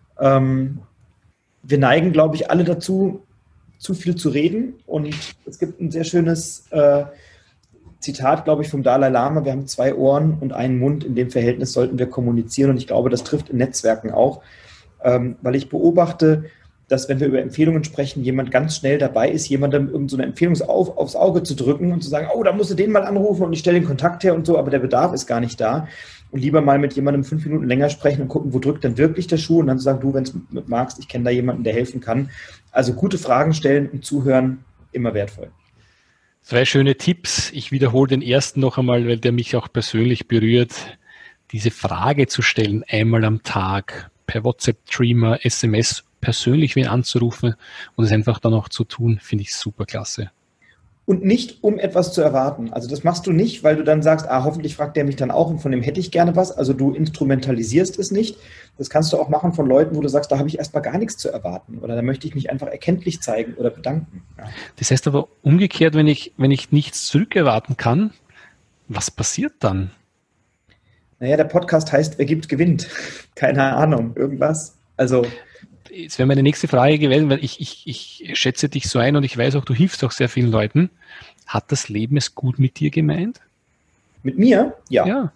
Wir neigen, glaube ich, alle dazu, zu viel zu reden. Und es gibt ein sehr schönes Zitat, glaube ich, vom Dalai Lama. Wir haben 2 Ohren und einen Mund. In dem Verhältnis sollten wir kommunizieren. Und ich glaube, das trifft in Netzwerken auch. Weil ich beobachte, dass, wenn wir über Empfehlungen sprechen, jemand ganz schnell dabei ist, jemandem irgendeine Empfehlung aufs Auge zu drücken und zu sagen, oh, da musst du den mal anrufen und ich stelle den Kontakt her und so, aber der Bedarf ist gar nicht da. Und lieber mal mit jemandem 5 Minuten länger sprechen und gucken, wo drückt denn wirklich der Schuh und dann zu sagen, du, wenn du magst, ich kenne da jemanden, der helfen kann. Also gute Fragen stellen und zuhören, immer wertvoll. 2 schöne Tipps. Ich wiederhole den ersten noch einmal, weil der mich auch persönlich berührt. Diese Frage zu stellen, einmal am Tag, per WhatsApp-Streamer, SMS, persönlich wen anzurufen und es einfach dann auch zu tun, finde ich super klasse. Und nicht, um etwas zu erwarten. Also das machst du nicht, weil du dann sagst, hoffentlich fragt der mich dann auch und von dem hätte ich gerne was. Also du instrumentalisierst es nicht. Das kannst du auch machen von Leuten, wo du sagst, da habe ich erstmal gar nichts zu erwarten oder da möchte ich mich einfach erkenntlich zeigen oder bedanken. Ja. Das heißt aber umgekehrt, wenn ich nichts zurückerwarten kann, was passiert dann? Naja, der Podcast heißt, wer gibt, gewinnt. Keine Ahnung, irgendwas. Also jetzt wäre meine nächste Frage gewesen, weil ich schätze dich so ein und ich weiß auch, du hilfst auch sehr vielen Leuten. Hat das Leben es gut mit dir gemeint? Mit mir? Ja.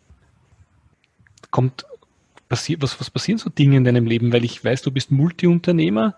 Was passieren so Dinge in deinem Leben? Weil ich weiß, du bist Multiunternehmer.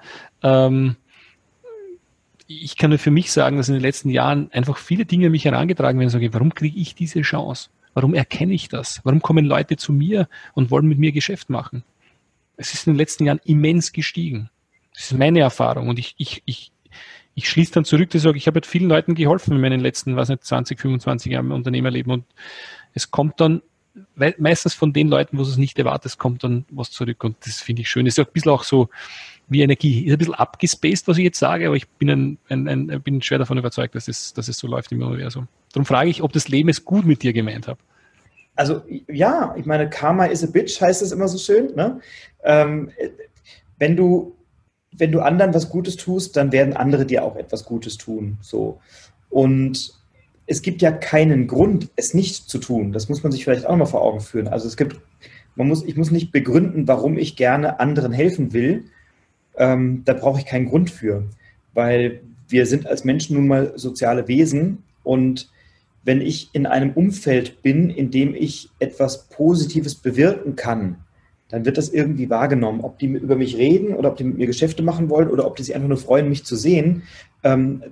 Ich kann nur für mich sagen, dass in den letzten Jahren einfach viele Dinge an mich herangetragen werden. Sage, warum kriege ich diese Chance? Warum erkenne ich das? Warum kommen Leute zu mir und wollen mit mir Geschäft machen? Es ist in den letzten Jahren immens gestiegen. Das ist meine Erfahrung. Und ich schließe dann zurück, dass ich sage, ich habe halt vielen Leuten geholfen in meinen letzten, 20, 25 Jahren im Unternehmerleben. Und es kommt dann meistens von den Leuten, wo es nicht erwartet, kommt dann was zurück. Und das finde ich schön. Das ist ein bisschen auch so wie Energie. Ist ein bisschen abgespaced, was ich jetzt sage, aber ich bin bin schwer davon überzeugt, dass es so läuft im Universum. Darum frage ich, ob das Leben es gut mit dir gemeint hat. Also ja, ich meine, Karma is a bitch, heißt es immer so schön. Ne? Wenn du anderen was Gutes tust, dann werden andere dir auch etwas Gutes tun. So. Und es gibt ja keinen Grund, es nicht zu tun. Das muss man sich vielleicht auch mal vor Augen führen. Also ich muss nicht begründen, warum ich gerne anderen helfen will. Da brauche ich keinen Grund für. Weil wir sind als Menschen nun mal soziale Wesen und wenn ich in einem Umfeld bin, in dem ich etwas Positives bewirken kann, dann wird das irgendwie wahrgenommen. Ob die über mich reden oder ob die mit mir Geschäfte machen wollen oder ob die sich einfach nur freuen, mich zu sehen. Nehmen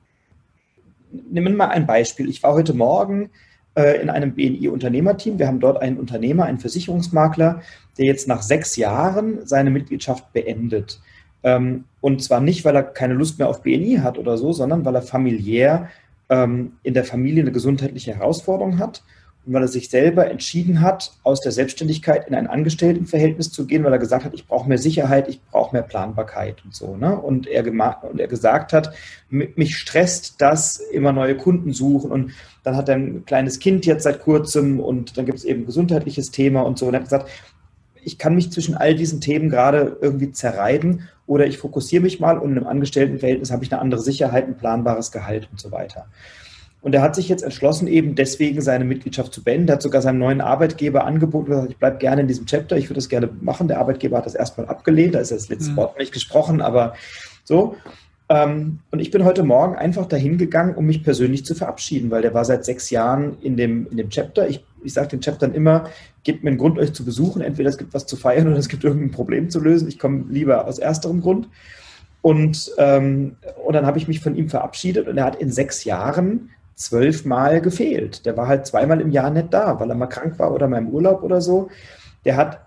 wir mal ein Beispiel. Ich war heute Morgen in einem BNI-Unternehmerteam. Wir haben dort einen Unternehmer, einen Versicherungsmakler, der jetzt nach 6 Jahren seine Mitgliedschaft beendet. Und zwar nicht, weil er keine Lust mehr auf BNI hat oder so, sondern weil er familiär in der Familie eine gesundheitliche Herausforderung hat und weil er sich selber entschieden hat, aus der Selbstständigkeit in ein Angestelltenverhältnis zu gehen, weil er gesagt hat, ich brauche mehr Sicherheit, ich brauche mehr Planbarkeit und so. Ne? Und er gesagt hat, mich stresst das, immer neue Kunden suchen, und dann hat er ein kleines Kind jetzt seit kurzem und dann gibt es eben ein gesundheitliches Thema und so. Und er hat gesagt, ich kann mich zwischen all diesen Themen gerade irgendwie zerreiben oder ich fokussiere mich mal, und in einem Angestelltenverhältnis habe ich eine andere Sicherheit, ein planbares Gehalt und so weiter. Und er hat sich jetzt entschlossen, eben deswegen seine Mitgliedschaft zu beenden. Er hat sogar seinem neuen Arbeitgeber angeboten, gesagt, ich bleibe gerne in diesem Chapter, ich würde das gerne machen. Der Arbeitgeber hat das erstmal abgelehnt, da ist das letzte Wort nicht gesprochen, aber so. Und ich bin heute Morgen einfach dahin gegangen, um mich persönlich zu verabschieden, weil der war seit 6 Jahren in dem Chapter. Ich sage den Chaptern immer, gebt mir einen Grund, euch zu besuchen. Entweder es gibt was zu feiern oder es gibt irgendein Problem zu lösen. Ich komme lieber aus ersterem Grund. Und dann habe ich mich von ihm verabschiedet, und er hat in 6 Jahren 12 Mal gefehlt. Der war halt 2-mal im Jahr nicht da, weil er mal krank war oder mal im Urlaub oder so. Der hat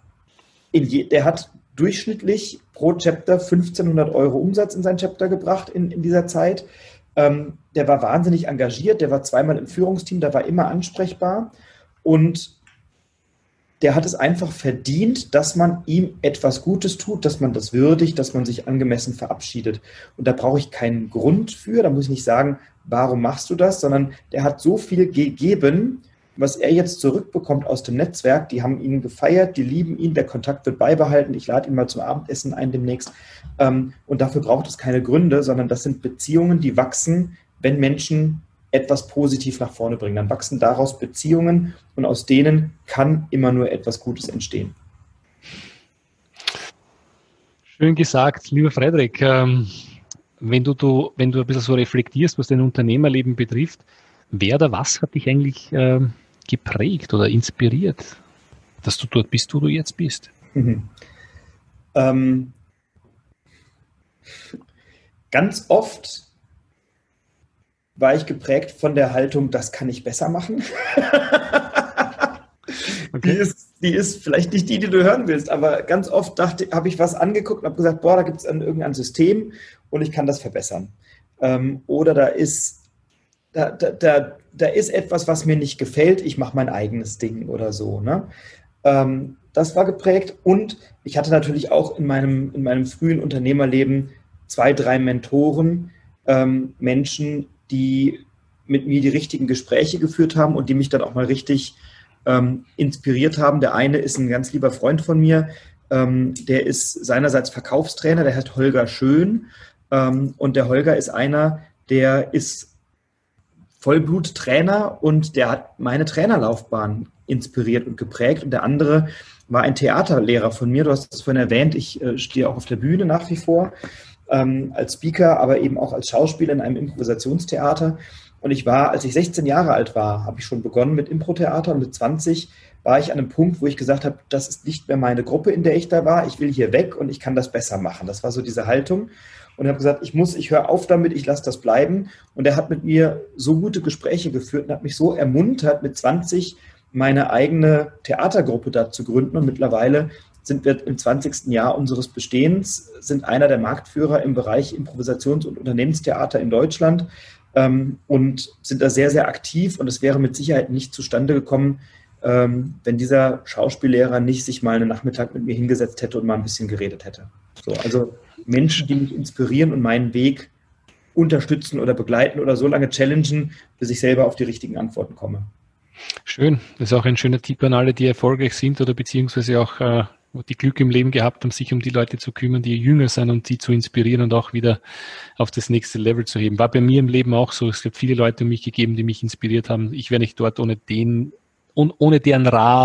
durchschnittlich pro Chapter 1.500 € Umsatz in sein Chapter gebracht in dieser Zeit. Der war wahnsinnig engagiert, der war 2-mal im Führungsteam, der war immer ansprechbar, und der hat es einfach verdient, dass man ihm etwas Gutes tut, dass man das würdigt, dass man sich angemessen verabschiedet. Und da brauche ich keinen Grund für, da muss ich nicht sagen, warum machst du das, sondern der hat so viel gegeben, was er jetzt zurückbekommt aus dem Netzwerk. Die haben ihn gefeiert, die lieben ihn, der Kontakt wird beibehalten. Ich lade ihn mal zum Abendessen ein demnächst. Und dafür braucht es keine Gründe, sondern das sind Beziehungen, die wachsen, wenn Menschen etwas positiv nach vorne bringen. Dann wachsen daraus Beziehungen, und aus denen kann immer nur etwas Gutes entstehen. Schön gesagt, lieber Frederik. Wenn du ein bisschen so reflektierst, was dein Unternehmerleben betrifft, wer oder was hat dich eigentlich geprägt oder inspiriert, dass du dort bist, wo du jetzt bist? Ganz oft war ich geprägt von der Haltung, das kann ich besser machen. Okay. Die ist vielleicht nicht die du hören willst, aber ganz oft habe ich was angeguckt und habe gesagt, boah, da gibt es irgendein System und ich kann das verbessern. Oder da ist etwas, was mir nicht gefällt, ich mache mein eigenes Ding oder so. Ne? Das war geprägt, und ich hatte natürlich auch in meinem frühen Unternehmerleben 2, 3 Mentoren, Menschen, die mit mir die richtigen Gespräche geführt haben und die mich dann auch mal richtig inspiriert haben. Der eine ist ein ganz lieber Freund von mir, der ist seinerseits Verkaufstrainer, der heißt Holger Schön, und der Holger ist einer, der ist Vollbluttrainer, und der hat meine Trainerlaufbahn inspiriert und geprägt, und der andere war ein Theaterlehrer von mir. Du hast es vorhin erwähnt, ich stehe auch auf der Bühne nach wie vor als Speaker, aber eben auch als Schauspieler in einem Improvisationstheater. Und ich war, als ich 16 Jahre alt war, habe ich schon begonnen mit Impro-Theater, und mit 20 war ich an einem Punkt, wo ich gesagt habe, das ist nicht mehr meine Gruppe, in der ich da war, ich will hier weg und ich kann das besser machen. Das war so diese Haltung. Und habe gesagt, ich höre auf damit, ich lasse das bleiben. Und er hat mit mir so gute Gespräche geführt und hat mich so ermuntert, mit 20 meine eigene Theatergruppe da zu gründen. Und mittlerweile sind wir im 20. Jahr unseres Bestehens, sind einer der Marktführer im Bereich Improvisations- und Unternehmenstheater in Deutschland, und sind da sehr, sehr aktiv. Und es wäre mit Sicherheit nicht zustande gekommen, wenn dieser Schauspiellehrer nicht sich mal einen Nachmittag mit mir hingesetzt hätte und mal ein bisschen geredet hätte. So, also Menschen, die mich inspirieren und meinen Weg unterstützen oder begleiten oder so lange challengen, bis ich selber auf die richtigen Antworten komme. Schön. Das ist auch ein schöner Tipp an alle, die erfolgreich sind oder beziehungsweise auch die Glück im Leben gehabt haben, sich um die Leute zu kümmern, die jünger sind, und die zu inspirieren und auch wieder auf das nächste Level zu heben. War bei mir im Leben auch so. Es gibt viele Leute um mich gegeben, die mich inspiriert haben. Ich wäre nicht dort ohne deren Rat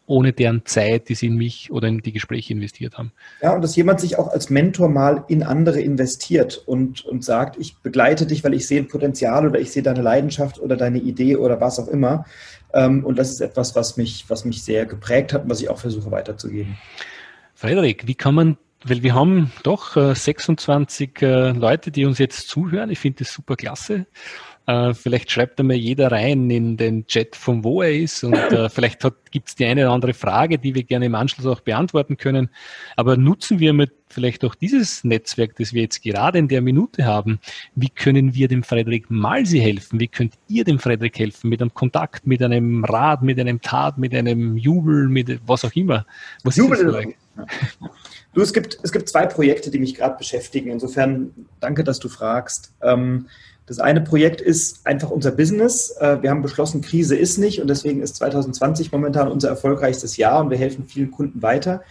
ohne deren Zeit, die sie in mich oder in die Gespräche investiert haben. Ja, und dass jemand sich auch als Mentor mal in andere investiert und sagt, ich begleite dich, weil ich sehe ein Potenzial oder ich sehe deine Leidenschaft oder deine Idee oder was auch immer. Und das ist etwas, was mich sehr geprägt hat und was ich auch versuche weiterzugeben. Frederik, wie kann man, weil wir haben doch 26 Leute, die uns jetzt zuhören. Ich finde das super klasse. Vielleicht schreibt einmal jeder rein in den Chat, von wo er ist, und vielleicht gibt es die eine oder andere Frage, die wir gerne im Anschluss auch beantworten können. Aber nutzen wir mit vielleicht auch dieses Netzwerk, das wir jetzt gerade in der Minute haben. Wie können wir dem Frederik Malsi helfen? Wie könnt ihr dem Frederik helfen? Mit einem Kontakt, mit einem Rat, mit einem Tat, mit einem Jubel, mit was auch immer. Was Jubel ist das, Frederik? Du, es gibt 2 Projekte, die mich gerade beschäftigen. Insofern danke, dass du fragst. Das eine Projekt ist einfach unser Business. Wir haben beschlossen, Krise ist nicht, und deswegen ist 2020 momentan unser erfolgreichstes Jahr und wir helfen vielen Kunden weiter.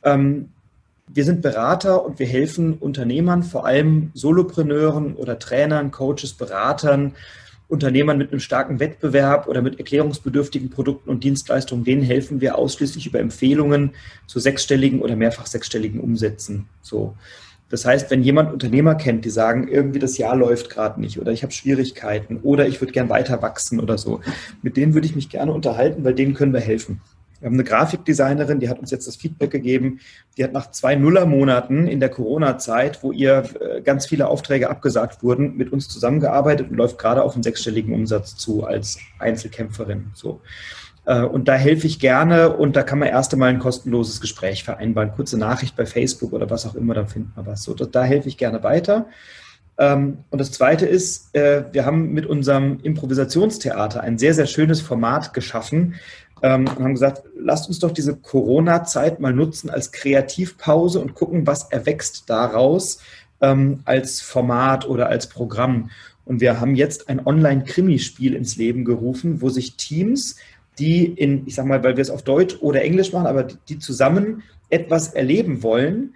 Wir sind Berater und wir helfen Unternehmern, vor allem Solopreneuren oder Trainern, Coaches, Beratern, Unternehmern mit einem starken Wettbewerb oder mit erklärungsbedürftigen Produkten und Dienstleistungen. Denen helfen wir ausschließlich über Empfehlungen zu 6-stelligen oder mehrfach 6-stelligen Umsätzen. So. Das heißt, wenn jemand Unternehmer kennt, die sagen, irgendwie das Jahr läuft gerade nicht oder ich habe Schwierigkeiten oder ich würde gern weiter wachsen oder so, mit denen würde ich mich gerne unterhalten, weil denen können wir helfen. Wir haben eine Grafikdesignerin, die hat uns jetzt das Feedback gegeben, die hat nach 2 Nullermonaten in der Corona-Zeit, wo ihr ganz viele Aufträge abgesagt wurden, mit uns zusammengearbeitet und läuft gerade auf einen 6-stelligen Umsatz zu als Einzelkämpferin. So. Und da helfe ich gerne, und da kann man erst einmal ein kostenloses Gespräch vereinbaren, kurze Nachricht bei Facebook oder was auch immer, dann findet man was. So, da helfe ich gerne weiter. Und das Zweite ist, wir haben mit unserem Improvisationstheater ein sehr, sehr schönes Format geschaffen und haben gesagt, lasst uns doch diese Corona-Zeit mal nutzen als Kreativpause und gucken, was erwächst daraus als Format oder als Programm. Und wir haben jetzt ein Online-Krimispiel ins Leben gerufen, wo sich Teams, die ich sag mal, weil wir es auf Deutsch oder Englisch machen, aber die zusammen etwas erleben wollen.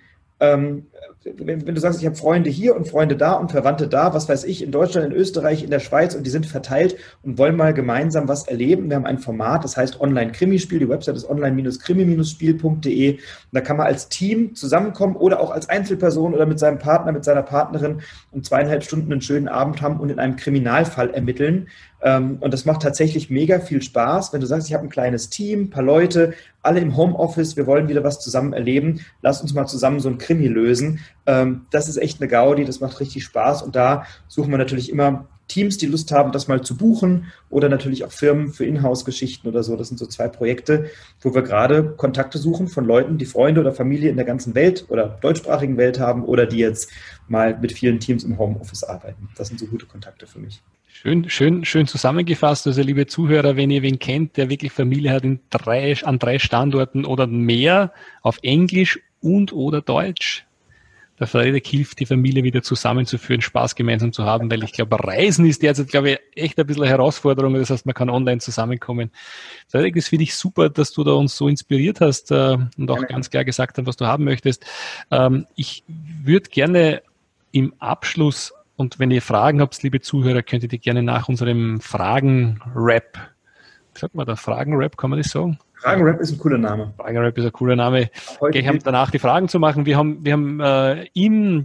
Wenn du sagst, ich habe Freunde hier und Freunde da und Verwandte da, was weiß ich, in Deutschland, in Österreich, in der Schweiz, und die sind verteilt und wollen mal gemeinsam was erleben. Wir haben ein Format, das heißt Online-Krimispiel. Die Website ist online-krimi-spiel.de. Da kann man als Team zusammenkommen oder auch als Einzelperson oder mit seinem Partner, mit seiner Partnerin und 2,5 Stunden einen schönen Abend haben und in einem Kriminalfall ermitteln. Und das macht tatsächlich mega viel Spaß. Wenn du sagst, ich habe ein kleines Team, ein paar Leute, alle im Homeoffice, wir wollen wieder was zusammen erleben, lass uns mal zusammen so ein Krimi lösen. Das ist echt eine Gaudi, das macht richtig Spaß, und da suchen wir natürlich immer Teams, die Lust haben, das mal zu buchen, oder natürlich auch Firmen für Inhouse-Geschichten oder so. Das sind so 2 Projekte, wo wir gerade Kontakte suchen von Leuten, die Freunde oder Familie in der ganzen Welt oder deutschsprachigen Welt haben oder die jetzt mal mit vielen Teams im Homeoffice arbeiten. Das sind so gute Kontakte für mich. Schön zusammengefasst. Also, liebe Zuhörer, wenn ihr wen kennt, der wirklich Familie hat an 3 Standorten oder mehr, auf Englisch und oder Deutsch, der Frederik hilft, die Familie wieder zusammenzuführen, Spaß gemeinsam zu haben, weil ich glaube, Reisen ist derzeit, glaube ich, echt ein bisschen eine Herausforderung. Das heißt, man kann online zusammenkommen. Frederik, das finde ich super, dass du da uns so inspiriert hast und auch ganz klar gesagt hast, was du haben möchtest. Ich würde gerne im Abschluss, und wenn ihr Fragen habt, liebe Zuhörer, könnt ihr die gerne nach unserem Fragen-Rap, wie sagt man da, Fragen-Rap, kann man das sagen? Fragen-Rap ist ein cooler Name. Fragen-Rap ist ein cooler Name. Ich habe danach die Fragen zu machen. Wir haben in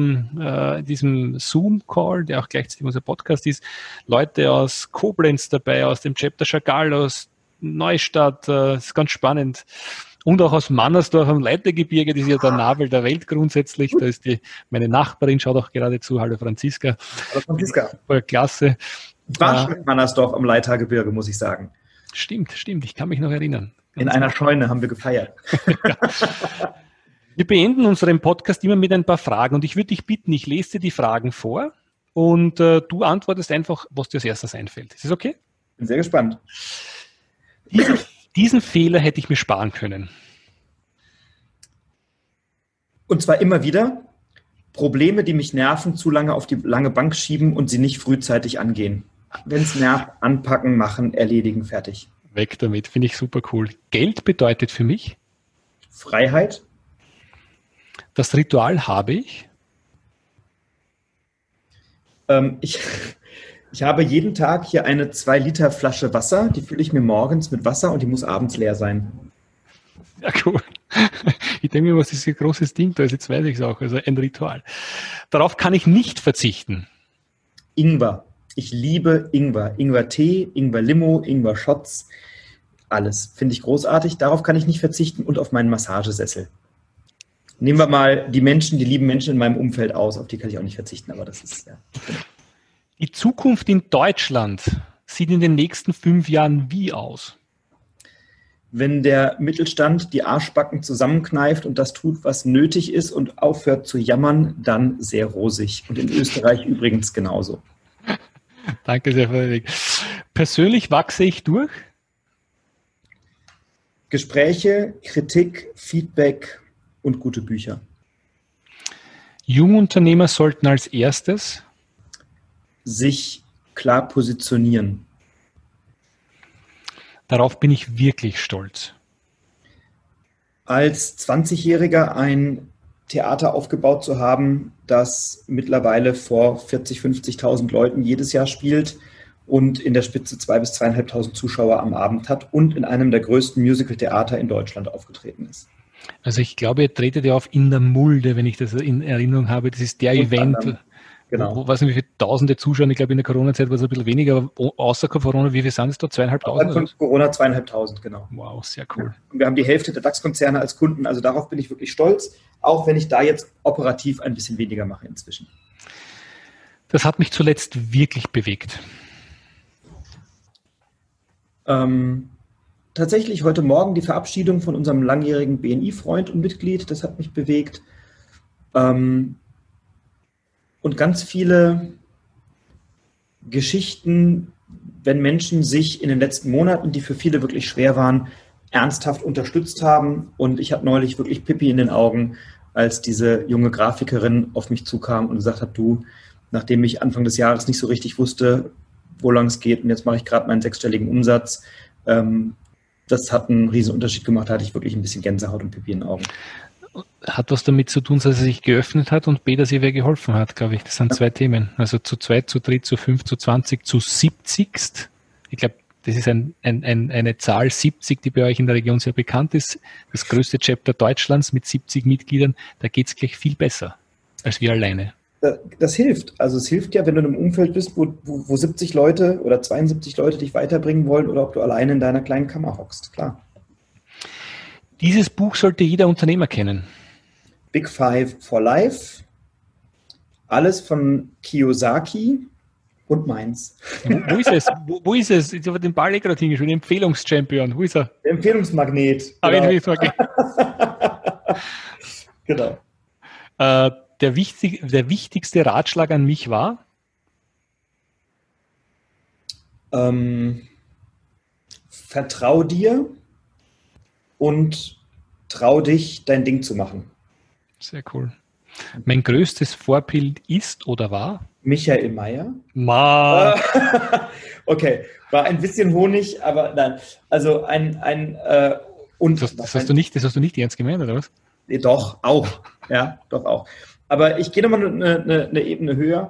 diesem Zoom-Call, der auch gleichzeitig unser Podcast ist, Leute aus Koblenz dabei, aus dem Chapter Chagall, aus Neustadt. Das ist ganz spannend. Und auch aus Mannersdorf am Leitergebirge, das ist ja der Nabel der Welt grundsätzlich. Da ist meine Nachbarin, schaut auch gerade zu. Hallo Franziska. Hallo Franziska. Klasse. Ich war schon in Mannersdorf am Leitergebirge, muss ich sagen. Stimmt. Ich kann mich noch erinnern. In einer Scheune haben wir gefeiert. Ja. Wir beenden unseren Podcast immer mit ein paar Fragen. Und ich würde dich bitten, ich lese dir die Fragen vor und du antwortest einfach, was dir als erstes einfällt. Ist das okay? Bin sehr gespannt. Diesen Fehler hätte ich mir sparen können. Und zwar immer wieder Probleme, die mich nerven, zu lange auf die lange Bank schieben und sie nicht frühzeitig angehen. Wenn es nervt, anpacken, machen, erledigen, fertig. Weg damit, finde ich super cool. Geld bedeutet für mich? Freiheit. Das Ritual habe ich? Ich habe jeden Tag hier eine 2 Liter Flasche Wasser, die fülle ich mir morgens mit Wasser und die muss abends leer sein. Ja, cool. Ich denke mir, was ist ein großes Ding da ist, jetzt weiß ich es auch, also ein Ritual. Darauf kann ich nicht verzichten. Ingwer. Ich liebe Ingwer. Ingwer-Tee, Ingwer-Limo, Ingwer-Shots. Alles. Finde ich großartig. Darauf kann ich nicht verzichten und auf meinen Massagesessel. Nehmen wir mal die lieben Menschen in meinem Umfeld aus. Auf die kann ich auch nicht verzichten, aber das ist, ja. Die Zukunft in Deutschland sieht in den nächsten 5 Jahren wie aus? Wenn der Mittelstand die Arschbacken zusammenkneift und das tut, was nötig ist und aufhört zu jammern, dann sehr rosig. Und in Österreich übrigens genauso. Danke sehr, Frederik. Persönlich wachse ich durch? Gespräche, Kritik, Feedback und gute Bücher. Jungunternehmer sollten als erstes sich klar positionieren. Darauf bin ich wirklich stolz. Als 20-Jähriger ein Theater aufgebaut zu haben, das mittlerweile vor 40.000, 50.000 Leuten jedes Jahr spielt und in der Spitze 2.000 bis 2.500 Zuschauer am Abend hat und in einem der größten Musical-Theater in Deutschland aufgetreten ist. Also ich glaube, ihr tretet ja auf in der Mulde, wenn ich das in Erinnerung habe. Das ist der Event, genau. Wo weiß nicht, wie viele tausende Zuschauer, ich glaube in der Corona-Zeit war es ein bisschen weniger, aber außer Corona, wie viel sind es da? 2.500? Von Corona 2.500, genau. Wow, sehr cool. Und wir haben die Hälfte der DAX-Konzerne als Kunden, also darauf bin ich wirklich stolz, auch wenn ich da jetzt operativ ein bisschen weniger mache inzwischen. Das hat mich zuletzt wirklich bewegt. Tatsächlich heute Morgen die Verabschiedung von unserem langjährigen BNI-Freund und Mitglied, das hat mich bewegt. Und ganz viele Geschichten, wenn Menschen sich in den letzten Monaten, die für viele wirklich schwer waren, ernsthaft unterstützt haben. Und ich hatte neulich wirklich Pipi in den Augen, als diese junge Grafikerin auf mich zukam und gesagt hat, du, nachdem ich Anfang des Jahres nicht so richtig wusste, wo lang es geht und jetzt mache ich gerade meinen 6-stelligen Umsatz, das hat einen riesen Unterschied gemacht, da hatte ich wirklich ein bisschen Gänsehaut und Pipi in den Augen. Hat was damit zu tun, dass er sich geöffnet hat und B, dass ihr wer geholfen hat, glaube ich. Das sind zwei Themen. Also zu 2, zu 3, zu 5, zu 20, zu 70. Ich glaube, das ist eine Zahl 70, die bei euch in der Region sehr bekannt ist. Das größte Chapter Deutschlands mit 70 Mitgliedern. Da geht es gleich viel besser als wir alleine. Das hilft. Also es hilft ja, wenn du in einem Umfeld bist, wo 70 Leute oder 72 Leute dich weiterbringen wollen oder ob du alleine in deiner kleinen Kammer hockst. Klar. Dieses Buch sollte jeder Unternehmer kennen. Big Five for Life. Alles von Kiyosaki und meins. Wo ist es? Wo ist es? Ich habe den Ball gerade hingeschrieben. Empfehlungschampion. Wo ist er? Der Empfehlungsmagnet. Genau. Genau. Der wichtigste Ratschlag an mich war? Vertrau dir und trau dich, dein Ding zu machen. Sehr cool. Mein größtes Vorbild ist oder war? Michael Mayer. Okay, war ein bisschen Honig, aber nein. Also und das hast du nicht ernst gemeint, oder was? Nee, doch, auch. Ja, doch auch. Aber ich gehe nochmal eine Ebene höher.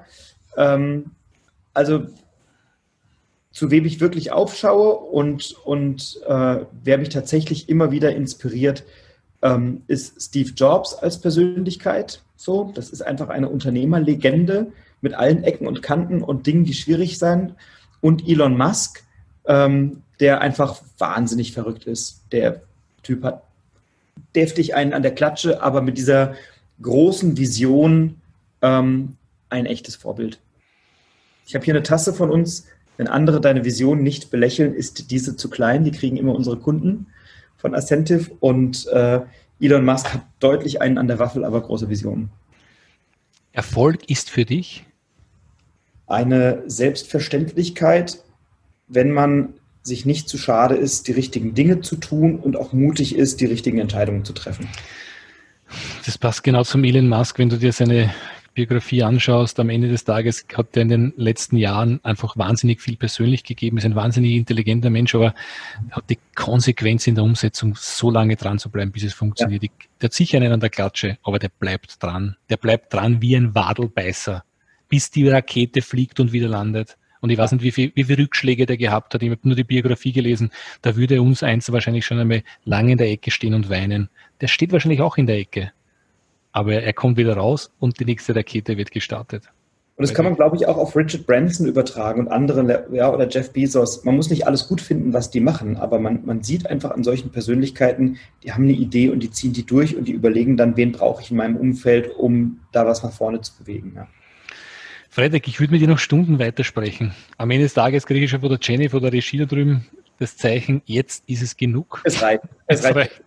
Also zu wem ich wirklich aufschaue und wer mich tatsächlich immer wieder inspiriert, ist Steve Jobs als Persönlichkeit. So, das ist einfach eine Unternehmerlegende mit allen Ecken und Kanten und Dingen, die schwierig sind. Und Elon Musk, der einfach wahnsinnig verrückt ist. Der Typ hat deftig einen an der Klatsche, aber mit dieser großen Vision ein echtes Vorbild. Ich habe hier eine Tasse von uns. Wenn andere deine Vision nicht belächeln, ist diese zu klein. Die kriegen immer unsere Kunden von Ascentive. Und Elon Musk hat deutlich einen an der Waffel, aber große Visionen. Erfolg ist für dich? Eine Selbstverständlichkeit, wenn man sich nicht zu schade ist, die richtigen Dinge zu tun und auch mutig ist, die richtigen Entscheidungen zu treffen. Das passt genau zum Elon Musk, wenn du dir seine Biografie anschaust. Am Ende des Tages hat er in den letzten Jahren einfach wahnsinnig viel persönlich gegeben, ist ein wahnsinnig intelligenter Mensch, aber hat die Konsequenz in der Umsetzung, so lange dran zu bleiben, bis es funktioniert. Ja. Der hat sicher einen an der Klatsche, aber der bleibt dran. Der bleibt dran wie ein Wadelbeißer, bis die Rakete fliegt und wieder landet. Und ich weiß nicht, wie viele Rückschläge der gehabt hat. Ich habe nur die Biografie gelesen. Da würde uns eins wahrscheinlich schon einmal lange in der Ecke stehen und weinen. Der steht wahrscheinlich auch in der Ecke. Aber er kommt wieder raus und die nächste Rakete wird gestartet. Und das kann man, glaube ich, auch auf Richard Branson übertragen und andere, ja, oder Jeff Bezos. Man muss nicht alles gut finden, was die machen, aber man sieht einfach an solchen Persönlichkeiten, die haben eine Idee und die ziehen die durch und die überlegen dann, wen brauche ich in meinem Umfeld, um da was nach vorne zu bewegen. Ja. Frederik, ich würde mit dir noch Stunden weitersprechen. Am Ende des Tages kriege ich schon von der Jenny, von der Regie da drüben, das Zeichen, jetzt ist es genug. Es reicht. Es reicht.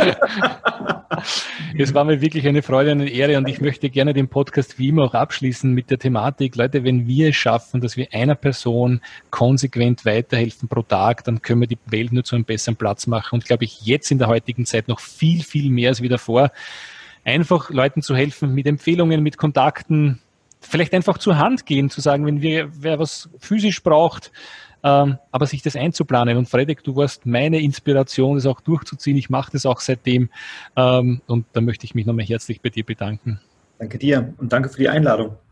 Es war mir wirklich eine Freude und eine Ehre und ich möchte gerne den Podcast wie immer auch abschließen mit der Thematik, Leute, wenn wir es schaffen, dass wir einer Person konsequent weiterhelfen pro Tag, dann können wir die Welt nur zu einem besseren Platz machen und glaube ich jetzt in der heutigen Zeit noch viel, viel mehr als wie davor. Einfach Leuten zu helfen mit Empfehlungen, mit Kontakten, vielleicht einfach zur Hand gehen, zu sagen, wenn wer was physisch braucht, aber sich das einzuplanen. Und Frederik, du warst meine Inspiration, das auch durchzuziehen. Ich mache das auch seitdem. Und da möchte ich mich nochmal herzlich bei dir bedanken. Danke dir und danke für die Einladung.